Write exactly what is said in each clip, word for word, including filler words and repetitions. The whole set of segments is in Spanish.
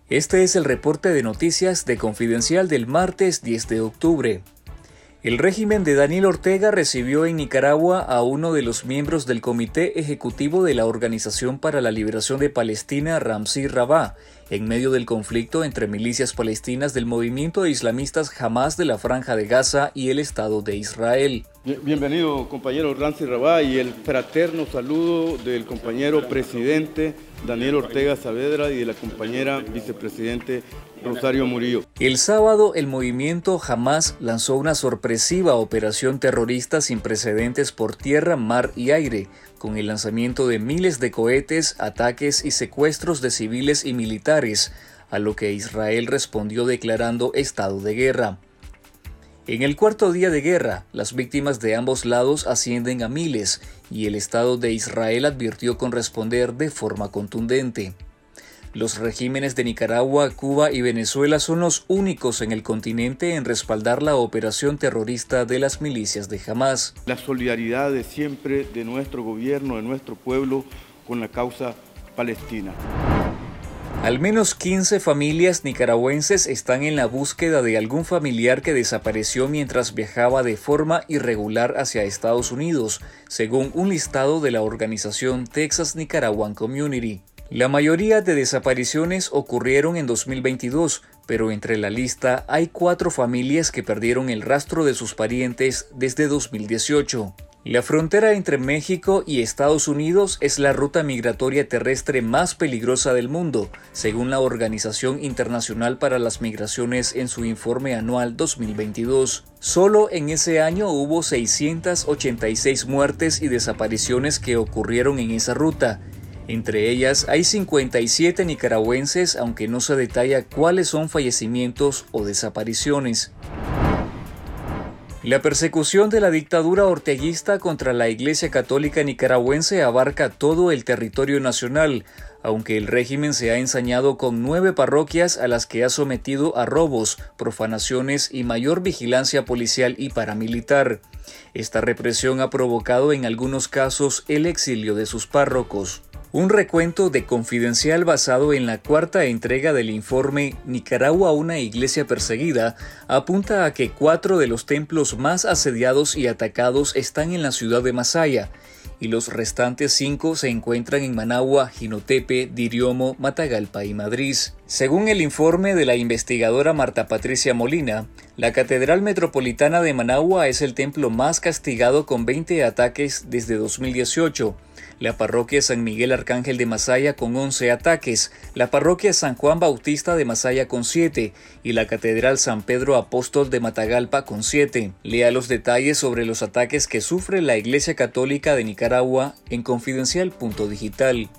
Este es el reporte de noticias de Confidencial del martes diez de octubre. El régimen de Daniel Ortega recibió en Nicaragua a uno de los miembros del Comité Ejecutivo de la Organización para la Liberación de Palestina, Ramzi Rabah, en medio del conflicto entre milicias palestinas del movimiento de islamistas Hamas de la Franja de Gaza y el Estado de Israel. Bienvenido, compañero Ramzi Rabah, y el fraterno saludo del compañero presidente Daniel Ortega Saavedra y de la compañera vicepresidente Rosario Murillo. El sábado, el movimiento Hamas lanzó una sorpresiva operación terrorista sin precedentes por tierra, mar y aire, con el lanzamiento de miles de cohetes, ataques y secuestros de civiles y militares, a lo que Israel respondió declarando estado de guerra. En el cuarto día de guerra, las víctimas de ambos lados ascienden a miles, y el Estado de Israel advirtió con responder de forma contundente. Los regímenes de Nicaragua, Cuba y Venezuela son los únicos en el continente en respaldar la operación terrorista de las milicias de Hamas. La solidaridad de siempre de nuestro gobierno, de nuestro pueblo, con la causa palestina. Al menos quince familias nicaragüenses están en la búsqueda de algún familiar que desapareció mientras viajaba de forma irregular hacia Estados Unidos, según un listado de la organización Texas Nicaraguan Community. La mayoría de desapariciones ocurrieron en dos mil veintidós, pero entre la lista hay cuatro familias que perdieron el rastro de sus parientes desde dos mil dieciocho. La frontera entre México y Estados Unidos es la ruta migratoria terrestre más peligrosa del mundo, según la Organización Internacional para las Migraciones en su informe anual dos mil veintidós. Solo en ese año hubo seiscientas ochenta y seis muertes y desapariciones que ocurrieron en esa ruta. Entre ellas hay cincuenta y siete nicaragüenses, aunque no se detalla cuáles son fallecimientos o desapariciones. La persecución de la dictadura orteguista contra la Iglesia Católica nicaragüense abarca todo el territorio nacional, aunque el régimen se ha ensañado con nueve parroquias a las que ha sometido a robos, profanaciones y mayor vigilancia policial y paramilitar. Esta represión ha provocado en algunos casos el exilio de sus párrocos. Un recuento de Confidencial basado en la cuarta entrega del informe Nicaragua, una iglesia perseguida, apunta a que cuatro de los templos más asediados y atacados están en la ciudad de Masaya, y los restantes cinco se encuentran en Managua, Jinotepe, Diriomo, Matagalpa y Madrid. Según el informe de la investigadora Marta Patricia Molina, la Catedral Metropolitana de Managua es el templo más castigado con veinte ataques desde dos mil dieciocho, la parroquia San Miguel Arcángel de Masaya con once ataques, la parroquia San Juan Bautista de Masaya con siete y la Catedral San Pedro Apóstol de Matagalpa con siete. Lea los detalles sobre los ataques que sufre la Iglesia Católica de Nicaragua en confidencial punto digital.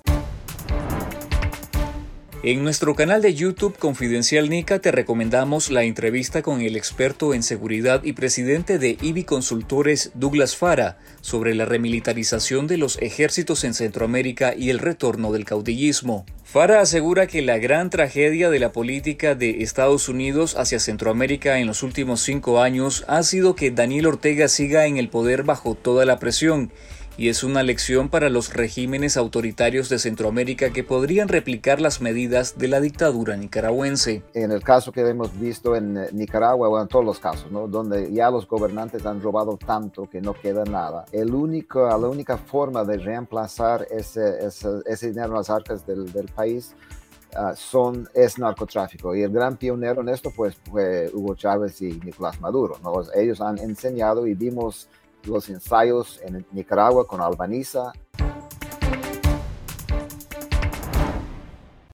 En nuestro canal de YouTube Confidencial Nica te recomendamos la entrevista con el experto en seguridad y presidente de I B I Consultores Douglas Fara sobre la remilitarización de los ejércitos en Centroamérica y el retorno del caudillismo. Fara asegura que la gran tragedia de la política de Estados Unidos hacia Centroamérica en los últimos cinco años ha sido que Daniel Ortega siga en el poder bajo toda la presión, y es una lección para los regímenes autoritarios de Centroamérica que podrían replicar las medidas de la dictadura nicaragüense. En el caso que hemos visto en Nicaragua, o en todos los casos, ¿no?, donde ya los gobernantes han robado tanto que no queda nada, el único, la única forma de reemplazar ese, ese, ese dinero en las arcas del, del país Uh, son, es narcotráfico, y el gran pionero en esto pues, fue Hugo Chávez y Nicolás Maduro, ¿no? Ellos han enseñado, y vimos los ensayos en Nicaragua con Albaniza,